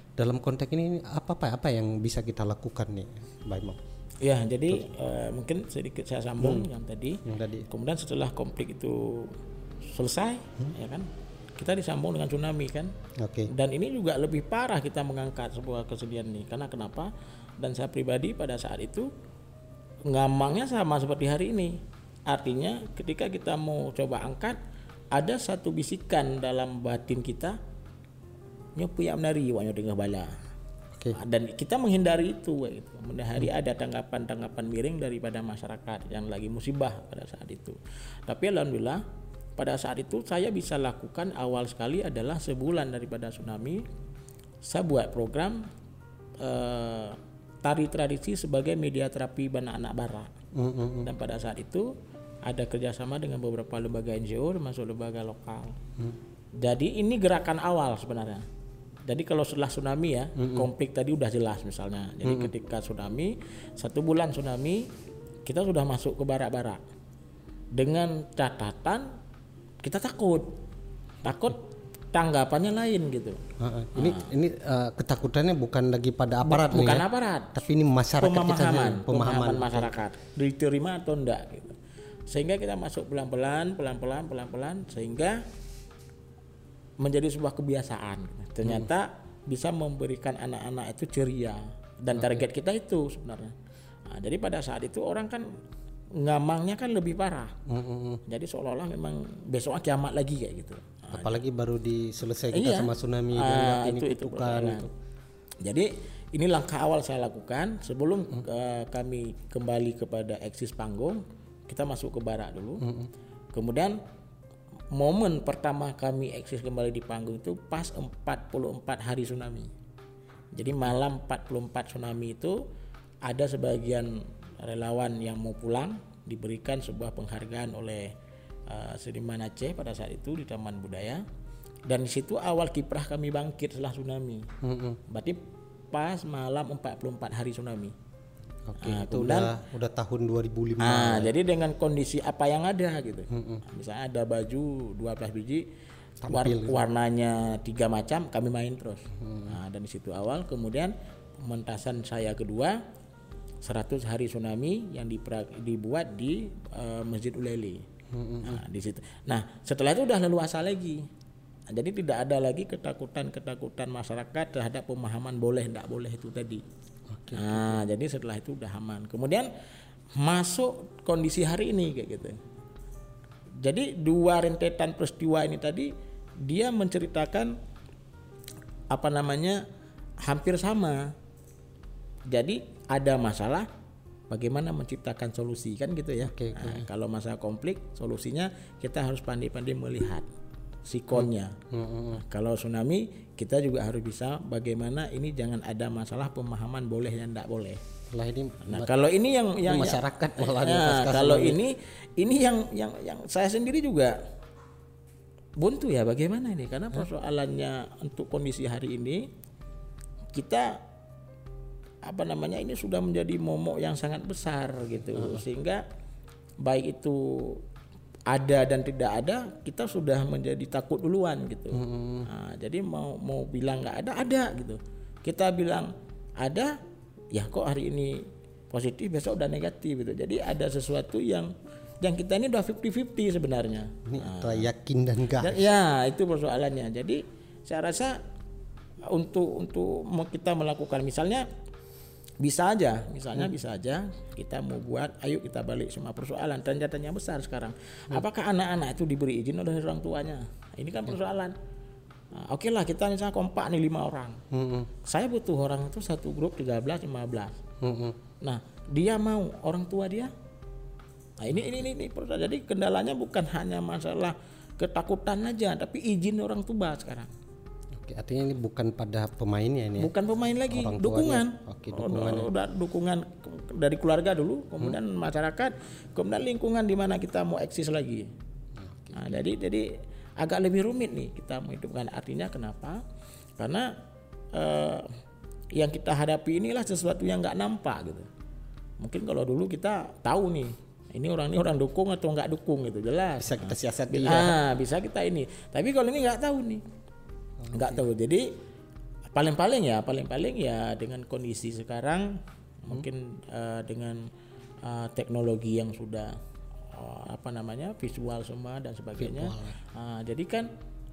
dalam konteks ini apa apa apa yang bisa kita lakukan nih, Mbak Imam? Ya, jadi uh, mungkin sedikit saya sambung hmm. yang tadi. Yang tadi. Kemudian setelah konflik itu selesai, hmm. ya kan, kita disambung dengan tsunami kan. Oke. Okay. Dan ini juga lebih parah kita mengangkat sebuah kesedihan ini. Karena kenapa? Dan saya pribadi pada saat itu ngamangnya sama seperti hari ini. Artinya ketika kita mau coba angkat, ada satu bisikan dalam batin kita, nyopu yang menari wanyo dengar bala. Okay. Dan kita menghindari itu gitu. Kemudian hari hmm. ada tanggapan-tanggapan miring daripada masyarakat yang lagi musibah pada saat itu. Tapi alhamdulillah pada saat itu saya bisa lakukan awal sekali adalah sebulan daripada tsunami, saya buat program eh, tari tradisi sebagai media terapi anak-anak bara. Hmm. Dan pada saat itu ada kerjasama dengan beberapa lembaga N G O termasuk lembaga lokal. Hmm. Jadi ini gerakan awal sebenarnya. Jadi kalau setelah tsunami ya, mm-hmm. konflik tadi udah jelas misalnya. Jadi mm-hmm. ketika tsunami, satu bulan tsunami, kita sudah masuk ke barak-barak. Dengan catatan kita takut, takut tanggapannya lain gitu. Uh, ini nah. ini uh, ketakutannya bukan lagi pada aparat, bukan nih, ya? aparat, tapi ini masyarakat pemahaman, kita sendiri, pemahaman, pemahaman masyarakat, diterima atau enggak gitu. Sehingga kita masuk pelan-pelan, pelan-pelan, pelan-pelan, sehingga menjadi sebuah kebiasaan. Ternyata hmm. bisa memberikan anak-anak itu ceria dan target kita itu sebenarnya. Nah, jadi pada saat itu orang kan ngamangnya kan lebih parah. Hmm. Jadi seolah-olah memang besoknya kiamat lagi kayak gitu. Nah, apalagi baru diselesai kita iya. sama tsunami ah, dan itu, ini itu, kutukan itu. Jadi ini langkah awal saya lakukan sebelum hmm. uh, kami kembali kepada eksis panggung, kita masuk ke barak dulu. Hmm. Kemudian momen pertama kami eksis kembali di panggung itu pas empat puluh empat hari tsunami. Jadi malam empat puluh empat tsunami itu ada sebagian relawan yang mau pulang, diberikan sebuah penghargaan oleh uh, Seniman Aceh pada saat itu di Taman Budaya. Dan di situ awal kiprah kami bangkit setelah tsunami. Mm-hmm. Berarti pas malam empat puluh empat hari tsunami. Oke, nah, itu udah udah tahun dua ribu lima. Nah, jadi dengan kondisi apa yang ada gitu. Hmm. Misalnya ada baju dua belas biji, war, warnanya tiga macam, kami main terus. Hmm. Nah, dan di situ awal, kemudian pementasan saya kedua seratus hari tsunami yang dipra, dibuat di uh, Masjid Ulele. Hmm. Nah, di situ. Nah, setelah itu udah leluasa lagi. Nah, jadi tidak ada lagi ketakutan-ketakutan masyarakat terhadap pemahaman boleh tidak boleh itu tadi. Okay, nah, okay. Jadi setelah itu udah aman. Kemudian masuk kondisi hari ini kayak gitu. Jadi dua rentetan peristiwa ini tadi dia menceritakan apa namanya hampir sama. Jadi ada masalah, bagaimana menciptakan solusi kan gitu ya. Okay, okay. Nah, kalau masalah konflik, solusinya kita harus pandai-pandai melihat sikonnya. Hmm. Hmm. Kalau tsunami kita juga harus bisa bagaimana ini jangan ada masalah pemahaman boleh dan tidak boleh. Nah, ini nah, kalau ini yang yang masyarakat ya, nah, kalau ini ini yang yang yang saya sendiri juga buntu ya bagaimana ini karena persoalannya untuk kondisi hari ini kita apa namanya ini sudah menjadi momok yang sangat besar gitu uh. sehingga baik itu ada dan tidak ada kita sudah menjadi takut duluan gitu. Hmm. Nah, jadi mau mau bilang nggak ada ada gitu. Kita bilang ada ya kok hari ini positif besok udah negatif gitu. Jadi ada sesuatu yang yang kita ini udah fifty fifty sebenarnya. Ini nah, yakin dan gas. Ya itu persoalannya. Jadi saya rasa untuk untuk kita melakukan misalnya bisa aja, misalnya hmm. bisa aja kita mau buat, ayo kita balik semua persoalan. Tanya-tanya besar sekarang. Hmm. Apakah anak-anak itu diberi izin oleh orang tuanya? Nah, ini kan persoalan. Nah, oke okay lah kita misalnya kompak nih lima orang. Hmm. Saya butuh orang itu satu grup tiga belas, lima belas. Hmm. Nah dia mau orang tua dia. Nah ini ini ini, ini persoalan. Jadi kendalanya bukan hanya masalah ketakutan aja, tapi izin orang tua sekarang. Artinya ini bukan pada pemainnya ini. Bukan pemain lagi, dukungan. Oke, dukungan. Udah, udah dukungan dari keluarga dulu, kemudian hmm. masyarakat, kemudian lingkungan di mana kita mau eksis lagi. Oke. Nah, jadi jadi agak lebih rumit nih kita menghidupkan. Artinya kenapa? Karena eh, yang kita hadapi inilah sesuatu yang nggak nampak gitu. Mungkin kalau dulu kita tahu nih, ini orang ini orang dukung atau nggak dukung gitu jelas. Bisa kita siasat dia. Ah, bisa kita ini. Tapi kalau ini nggak tahu nih. Nggak tahu. Jadi paling-paling ya, paling-paling ya dengan kondisi sekarang hmm. mungkin uh, dengan uh, teknologi yang sudah uh, apa namanya visual semua dan sebagainya. Uh, jadi kan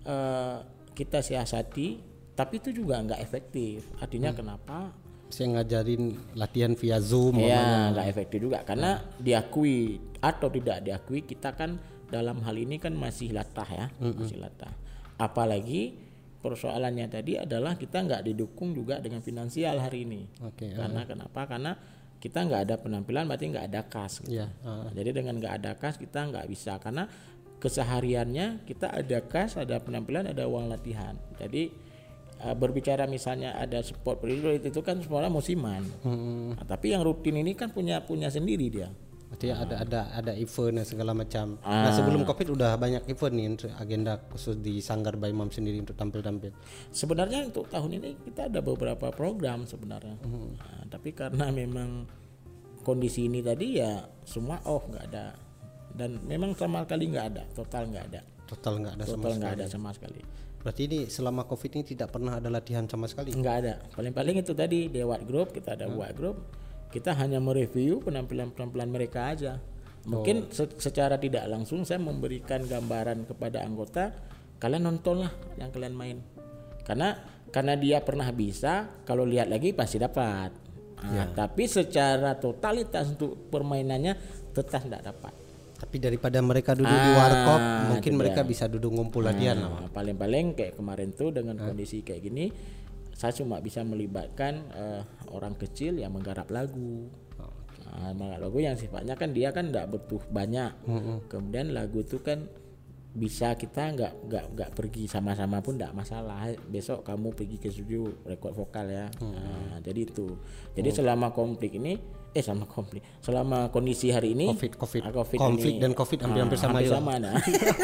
uh, kita siasati, tapi itu juga nggak efektif. Artinya hmm. kenapa? Saya ngajarin latihan via Zoom, ya nggak efektif juga karena hmm. diakui atau tidak diakui kita kan dalam hal ini kan masih latah ya, hmm. masih latah. Apalagi persoalannya tadi adalah kita nggak didukung juga dengan finansial hari ini. Okay, karena uh. kenapa? Karena kita nggak ada penampilan, berarti nggak ada kas. Gitu. Yeah, uh. Jadi dengan nggak ada kas kita nggak bisa karena kesehariannya kita ada kas, ada penampilan, ada uang latihan. Jadi Uh, berbicara misalnya ada sport period itu kan semuanya musiman, hmm. nah, tapi yang rutin ini kan punya punya sendiri dia. Artinya uh. ada ada ada event dan segala macam. Uh. Nah sebelum COVID udah banyak event nih untuk agenda khusus di Sanggar Bayi Mam sendiri untuk tampil-tampil. Sebenarnya untuk tahun ini kita ada beberapa program sebenarnya, hmm. nah, tapi karena memang kondisi ini tadi ya semua oh nggak ada dan memang sama sekali nggak ada, total nggak ada. Total nggak ada total sama nggak sekali. ada sama sekali. Berarti ini selama COVID ini tidak pernah ada latihan sama sekali? Nggak ada. Paling-paling itu tadi di What Group kita ada hmm. What Group, kita hanya mereview penampilan-penampilan mereka aja. Mungkin oh. se- secara tidak langsung saya memberikan gambaran kepada anggota, kalian nontonlah yang kalian main. Karena karena dia pernah bisa, kalau lihat lagi pasti dapat. Nah, ya. Tapi secara totalitas untuk permainannya tetap tidak dapat. Tapi daripada mereka duduk ah, di warkop, mungkin mereka dia. bisa duduk ngumpul nah, latihan lah. Paling-paling kayak kemarin tuh dengan ah. kondisi kayak gini, saya cuma bisa melibatkan uh, orang kecil yang menggarap lagu. Oh, okay. Nah, menggarap lagu yang sifatnya kan dia kan nggak butuh banyak. Mm-hmm. Kemudian lagu itu kan bisa kita nggak nggak nggak pergi sama-sama pun nggak masalah. Besok kamu pergi ke studio rekod vokal ya. Hmm. Nah, jadi itu. Jadi oh. selama konflik ini, eh selama konflik, selama kondisi hari ini, COVID, COVID, ah, COVID konflik ini, dan COVID hampir hampir sama hampir sama nah.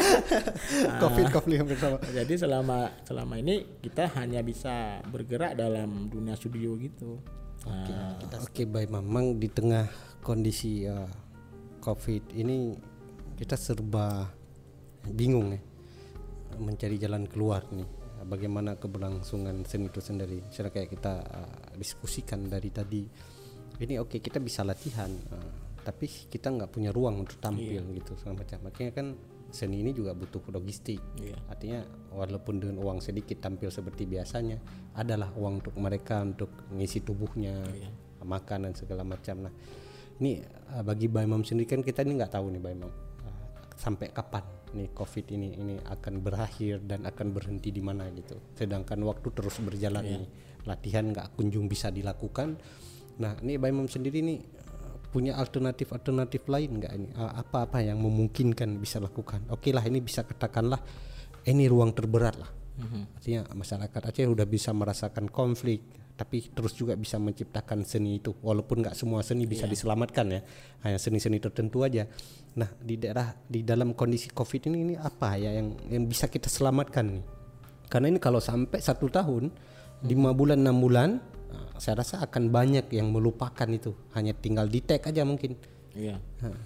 COVID, konflik hampir sama. Jadi selama selama ini kita hanya bisa bergerak dalam dunia studio gitu. Oke, okay, nah, kita oke okay, baik memang di tengah kondisi uh, COVID ini kita serba bingung ya mencari jalan keluar nih, bagaimana keberlangsungan seni itu sendiri. Misalnya kayak kita uh, diskusikan dari tadi ini oke okay, kita bisa latihan uh, tapi kita nggak punya ruang untuk tampil iya. gitu segala macam. Makanya kan seni ini juga butuh logistik iya. Artinya walaupun dengan uang sedikit tampil seperti biasanya, adalah uang untuk mereka untuk ngisi tubuhnya iya. makan dan segala macam. Nah ini uh, bagi Bayi Mam sendiri kan kita ini nggak tahu nih Bayi Mam uh, sampai kapan nih COVID ini ini akan berakhir dan akan berhenti di mana gitu. Sedangkan waktu terus berjalan yeah. nih, latihan nggak kunjung bisa dilakukan. Nah, ini Bayi Mam sendiri nih punya alternatif-alternatif lain nggak ini? Apa-apa yang memungkinkan bisa lakukan? Oke lah, ini bisa katakanlah ini ruang terberat lah. Mm-hmm. Artinya masyarakat Aceh udah bisa merasakan konflik, tapi terus juga bisa menciptakan seni itu, walaupun nggak semua seni bisa yeah. diselamatkan ya, hanya seni-seni tertentu aja. Nah di daerah di dalam kondisi COVID ini ini apa ya yang yang bisa kita selamatkan nih? Karena ini kalau sampai satu tahun, lima hmm. bulan, enam bulan, nah, saya rasa akan banyak yang melupakan itu, hanya tinggal di tag aja mungkin. Iya.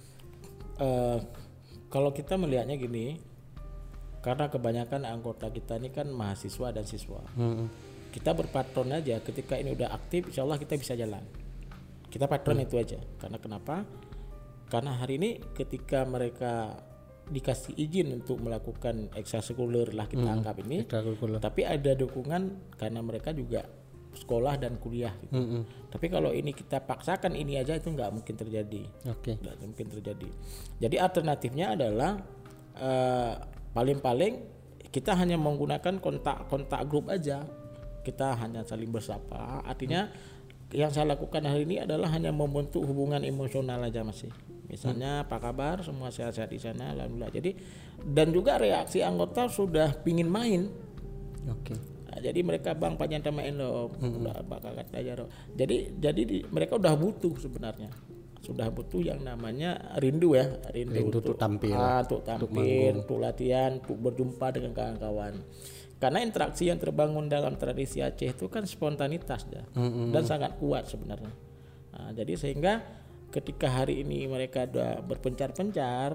Uh, kalau kita melihatnya gini, karena kebanyakan anggota kita ini kan mahasiswa dan siswa. Hmm. Kita berpatron aja, ketika ini udah aktif insya Allah kita bisa jalan, kita patron hmm. itu aja. Karena kenapa? Karena hari ini ketika mereka dikasih izin untuk melakukan ekstrakurikuler lah kita hmm. anggap ini, tapi ada dukungan karena mereka juga sekolah dan kuliah gitu. Hmm. Tapi kalau ini kita paksakan ini aja itu nggak mungkin terjadi, okay. nggak mungkin terjadi. Jadi alternatifnya adalah uh, paling-paling kita hanya menggunakan kontak-kontak grup aja. Kita hanya saling bersapa. Artinya hmm. yang saya lakukan hari ini adalah hanya membentuk hubungan emosional aja masih. Misalnya hmm. apa kabar, semua sehat-sehat di sana, alhamdulillah. Jadi dan juga reaksi anggota sudah pingin main. Oke. Okay. Nah, jadi mereka bang panjang main loh, hmm. udah bakal kata aja loh. Jadi jadi di, mereka udah butuh sebenarnya. Sudah butuh yang namanya rindu ya, rindu, rindu untuk, untuk tampil, ah, untuk tampil, untuk, untuk latihan, untuk berjumpa dengan kawan-kawan. Karena interaksi yang terbangun dalam tradisi Aceh itu kan spontanitas dah, mm-hmm. dan sangat kuat sebenarnya. Nah, jadi sehingga ketika hari ini mereka sudah berpencar-pencar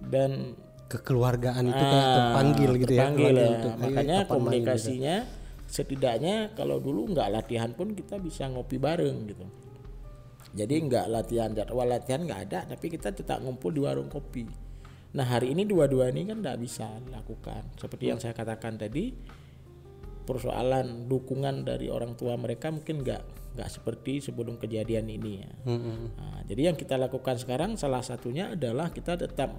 dan kekeluargaan itu kan terpanggil gitu terpanggil ya, ya. Makanya komunikasinya gitu. setidaknya kalau dulu nggak latihan pun kita bisa ngopi bareng gitu. Jadi nggak latihan, jadwal latihan nggak ada, tapi kita tetap ngumpul di warung kopi. Nah hari ini dua-dua ini kan nggak bisa lakukan. Seperti yang saya katakan tadi, persoalan dukungan dari orang tua mereka mungkin nggak nggak seperti sebelum kejadian ini ya. Hmm. Nah, jadi yang kita lakukan sekarang salah satunya adalah kita tetap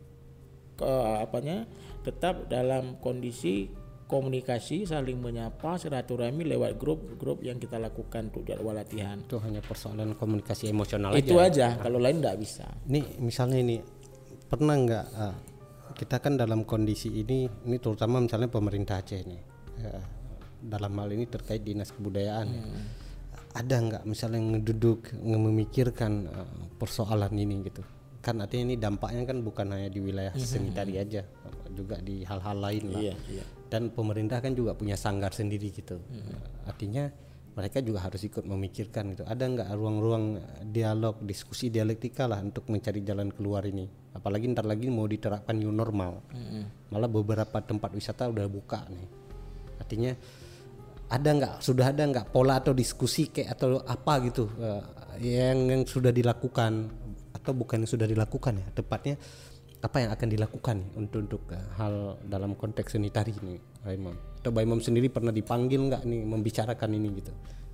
ke apanya tetap dalam kondisi komunikasi, saling menyapa, silaturahmi lewat grup-grup yang kita lakukan untuk jadwal latihan. Itu hanya persoalan komunikasi emosional itu aja. aja, kalau lain nggak bisa. Ini misalnya ini pernah nggak uh, kita kan dalam kondisi ini, ini terutama misalnya pemerintah Aceh ini, uh, dalam hal ini terkait dinas kebudayaan. Hmm. Ada nggak misalnya ngeduduk memikirkan uh, persoalan ini gitu? Kan artinya ini dampaknya kan bukan hanya di wilayah seni tadi aja, juga di hal-hal lain lah. Iya, iya. Dan pemerintah kan juga punya sanggar sendiri gitu. Hmm. Artinya mereka juga harus ikut memikirkan gitu. Ada nggak ruang-ruang dialog, diskusi dialektika lah untuk mencari jalan keluar ini? Apalagi ntar lagi mau diterapkan new normal. Hmm. Malah beberapa tempat wisata udah buka nih. Artinya ada nggak, sudah ada nggak pola atau diskusi kayak atau apa gitu uh, yang yang sudah dilakukan atau bukan yang sudah dilakukan ya, tepatnya apa yang akan dilakukan nih untuk untuk uh, hal dalam konteks seni tari ini, Pak Imam? Atau Pak Imam sendiri pernah dipanggil nggak nih membicarakan ini gitu?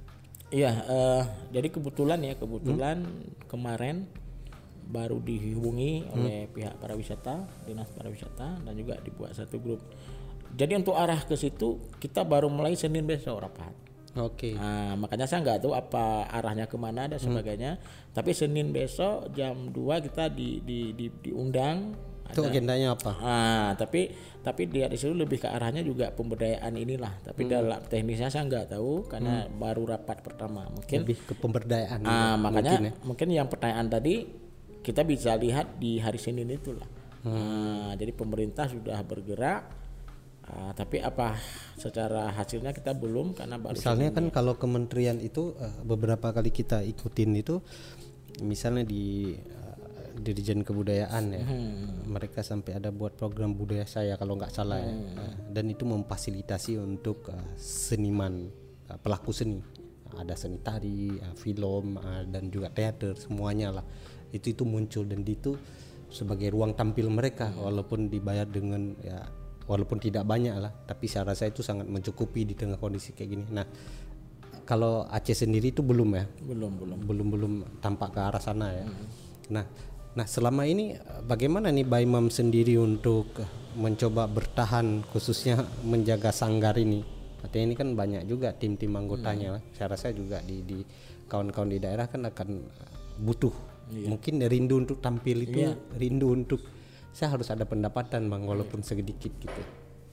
Iya, uh, jadi kebetulan ya kebetulan hmm? kemarin baru dihubungi hmm? oleh pihak pariwisata, dinas pariwisata, dan juga dibuat satu grup. Jadi untuk arah ke situ kita baru mulai Senin besok rapat. Oke. Okay. Nah, makanya saya nggak tahu apa arahnya kemana dan sebagainya. Hmm. Tapi Senin besok jam dua kita di, di, di, diundang. Itu ada, agendanya apa? Ah, tapi tapi dia di situ lebih ke arahnya juga pemberdayaan inilah. Tapi hmm. dalam teknisnya saya nggak tahu karena hmm. baru rapat pertama. Mungkin lebih ke pemberdayaan. Ah, makanya mungkin, ya? mungkin yang pertanyaan tadi kita bisa lihat di hari Senin itulah. Hmm. Nah, jadi pemerintah sudah bergerak. Uh, tapi apa secara hasilnya kita belum karena baru misalnya kan ya. Kalau kementerian itu uh, beberapa kali kita ikutin itu misalnya di uh, Dirjen Kebudayaan ya, hmm. mereka sampai ada buat program budaya saya kalau nggak salah hmm. ya, uh, dan itu memfasilitasi untuk uh, seniman uh, pelaku seni, uh, ada seni tari, uh, film uh, dan juga teater semuanya lah itu itu muncul dan itu sebagai ruang tampil mereka hmm. walaupun dibayar dengan ya walaupun tidak banyak lah, tapi saya rasa itu sangat mencukupi di tengah kondisi kayak gini. Nah, kalau Aceh sendiri itu belum ya? Belum, belum. Belum belum tampak ke arah sana ya. Hmm. Nah, nah selama ini bagaimana nih Pak Imam sendiri untuk mencoba bertahan khususnya menjaga sanggar ini? Artinya ini kan banyak juga tim-tim anggotanya lah. Hmm. Saya rasa juga di di kawan-kawan di daerah kan akan butuh. Iya. Mungkin rindu untuk tampil itu, iya. rindu untuk saya harus ada pendapatan bang walaupun sedikit gitu.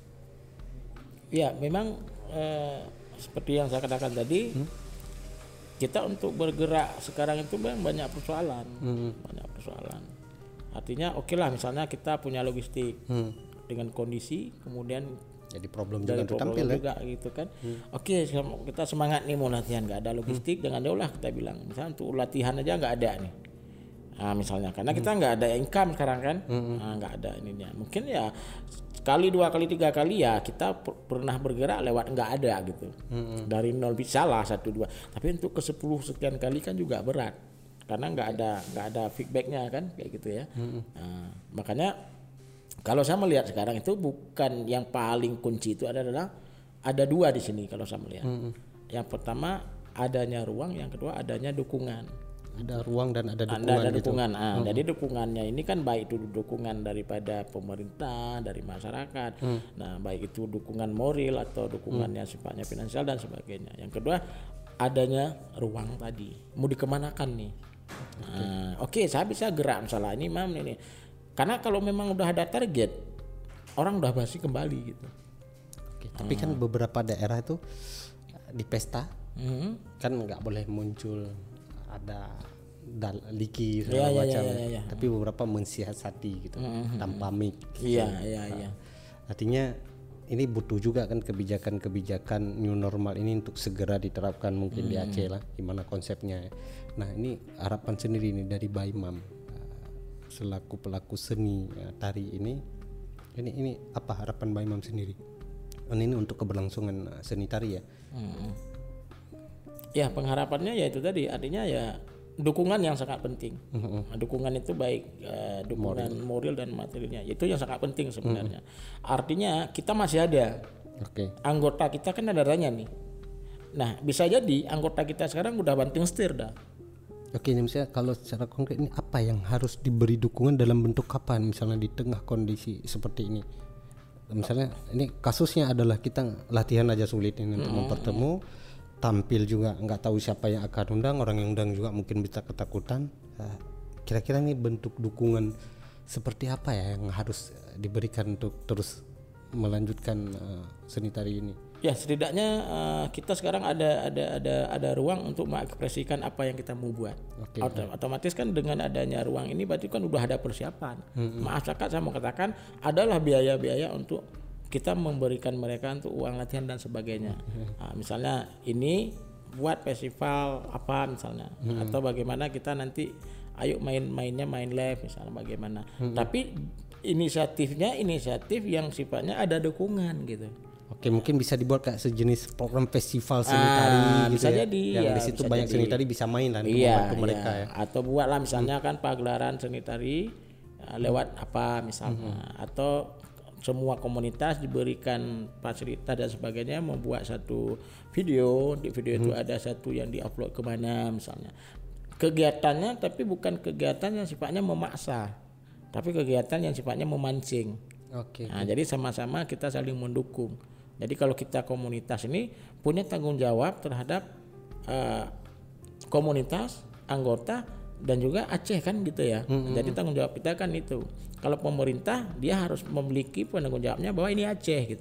Ya memang eh, seperti yang saya katakan tadi hmm? kita untuk bergerak sekarang itu memang banyak persoalan, hmm. banyak persoalan. Artinya oke okay lah misalnya kita punya logistik hmm. dengan kondisi kemudian jadi problem juga untuk tampil juga ya? Gitu kan. Hmm. Oke okay, kita semangat nih mau latihan nggak ada logistik hmm. jangan jauh lah kita bilang misalnya untuk latihan aja nggak ada nih. Nah, misalnya karena kita nggak ada income sekarang kan, nggak nah, ada ininya. Mungkin ya sekali dua kali tiga kali ya kita per- pernah bergerak lewat nggak ada gitu. Mm-hmm. Dari nol bisa lah satu dua. Tapi untuk ke sepuluh sekian kali kan juga berat karena nggak ada nggak ada feedbacknya kan kayak gitu ya. Mm-hmm. Nah, makanya kalau saya melihat sekarang itu bukan yang paling kunci itu adalah ada dua di sini kalau saya melihat. Mm-hmm. Yang pertama adanya ruang, yang kedua adanya dukungan. Ada ruang dan ada dukungan. Ada, ada dukungan. Gitu. Ah, hmm. Jadi dukungannya ini kan baik itu dukungan daripada pemerintah, dari masyarakat. Hmm. Nah, baik itu dukungan moral atau dukungan hmm. yang sifatnya finansial dan sebagainya. Yang kedua adanya ruang tadi. Mau dikemanakan nih? Oke, okay. Nah, okay, saya bisa gerak misalnya ini, mam ini. Karena kalau memang udah ada target, orang udah pasti kembali gitu. Okay. Tapi ah. kan beberapa daerah itu di pesta hmm. kan nggak boleh muncul ada dal- liki segala ya, macam, ya, ya, ya. Tapi beberapa mensiasati gitu mm-hmm. tanpa mic. Iya, iya, iya. Artinya ini butuh juga kan kebijakan-kebijakan new normal ini untuk segera diterapkan mungkin mm. di Aceh lah, gimana konsepnya. Nah ini harapan sendiri nih dari Pak Imam selaku pelaku seni ya, tari ini, ini ini apa harapan Pak Imam sendiri ini untuk keberlangsungan seni tari ya. Hmm. Ya pengharapannya ya itu tadi, artinya ya dukungan yang sangat penting. Mm-hmm. Dukungan itu baik uh, dukungan moral dan materialnya, itu yang sangat penting sebenarnya. Mm-hmm. Artinya kita masih ada. Okay. Anggota kita kan ada tanya nih. Nah bisa jadi anggota kita sekarang udah banting setir dah. Oke, ini misalnya kalau secara konkret ini apa yang harus diberi dukungan dalam bentuk kapan, misalnya di tengah kondisi seperti ini. Misalnya ini kasusnya adalah kita latihan aja sulit ini untuk mm-hmm. mempertemu, tampil juga nggak tahu siapa yang akan undang, orang yang undang juga mungkin bisa ketakutan. Uh, kira-kira ini bentuk dukungan seperti apa ya yang harus diberikan untuk terus melanjutkan uh, seni tari ini? Ya setidaknya uh, kita sekarang ada ada ada ada ruang untuk mengekspresikan apa yang kita mau buat. Okay. Autom- otomatis kan dengan adanya ruang ini berarti kan udah ada persiapan. Mm-hmm. Maaf cakap saya mau katakan adalah biaya-biaya untuk kita memberikan mereka untuk uang latihan dan sebagainya. Mm-hmm. Nah, misalnya ini buat festival apa misalnya, mm-hmm. atau bagaimana kita nanti ayo main-mainnya main live misalnya bagaimana. Mm-hmm. Tapi inisiatifnya inisiatif yang sifatnya ada dukungan gitu. Oke, mungkin bisa dibuat kayak sejenis program festival seni tari ah, gitu bisa ya. jadi, yang ya, di situ bisa banyak jadi. seni tari bisa main lah untuk iya, membantu iya. mereka ya. Atau buatlah misalnya hmm. kan pagelaran seni tari uh, lewat apa misalnya, hmm. atau semua komunitas diberikan fasilitas dan sebagainya membuat satu video, di video hmm. itu ada satu yang diupload kemana misalnya. Kegiatannya tapi bukan kegiatan yang sifatnya memaksa, tapi kegiatan yang sifatnya memancing. Oke. Nah, jadi sama-sama kita saling mendukung. Jadi kalau kita komunitas ini punya tanggung jawab terhadap uh, komunitas, anggota dan juga Aceh kan gitu ya. Mm-hmm. Jadi tanggung jawab kita kan itu. Kalau pemerintah dia harus memiliki tanggung jawabnya bahwa ini Aceh gitu.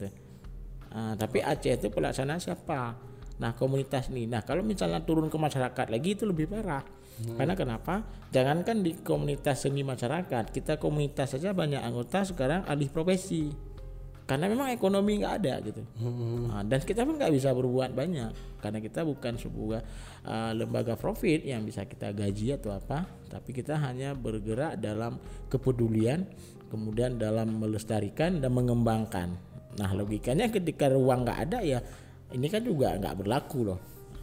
Uh, tapi Aceh itu pelaksana siapa? Nah komunitas ini. Nah kalau misalnya turun ke masyarakat lagi itu lebih parah. Hmm. Karena kenapa? Jangankan di komunitas seni masyarakat, kita komunitas saja banyak anggota sekarang alih profesi. Karena memang ekonomi nggak ada gitu. Hmm. Nah, dan kita pun nggak bisa berbuat banyak karena kita bukan sebuah uh, lembaga profit yang bisa kita gaji atau apa, tapi kita hanya bergerak dalam kepedulian, kemudian dalam melestarikan dan mengembangkan. Nah logikanya ketika ruang nggak ada ya ini kan juga nggak berlaku loh.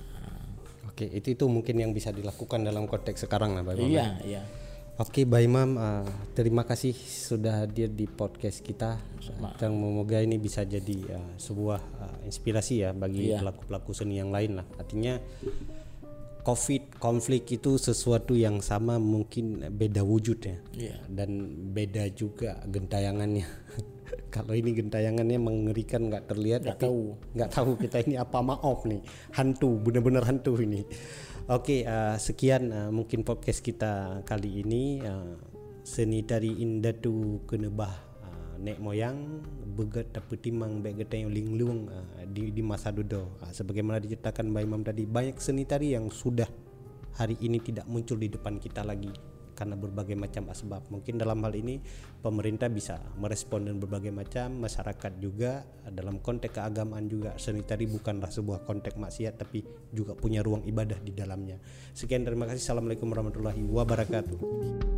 Oke, itu itu mungkin yang bisa dilakukan dalam konteks sekarang lah, Pak Imam. Iya, iya. Oke, Pak Imam, uh, terima kasih sudah hadir di podcast kita. Dan semoga ini bisa jadi uh, sebuah uh, inspirasi ya bagi iya. pelaku-pelaku seni yang lain lah. Artinya Covid, konflik itu sesuatu yang sama mungkin beda wujudnya. Iya. Dan beda juga gentayangannya. Kalau ini gentayangannya mengerikan, nggak terlihat, nggak tapi tahu nggak tahu kita ini apa, maaf nih, hantu, benar-benar hantu ini. Oke, uh, sekian uh, mungkin podcast kita kali ini. Uh, seni tari indah tu kenebah uh, nek moyang beget tapi timang beget yang linglung uh, di di masa dulu. Uh, sebagaimana diceritakan Mbak Imam tadi, banyak seni tari yang sudah hari ini tidak muncul di depan kita lagi karena berbagai macam asbab. Mungkin dalam hal ini pemerintah bisa merespon dan berbagai macam, masyarakat juga dalam konteks keagamaan juga. Seni tari bukanlah sebuah konteks maksiat tapi juga punya ruang ibadah di dalamnya. Sekian, terima kasih. Assalamualaikum warahmatullahi wabarakatuh.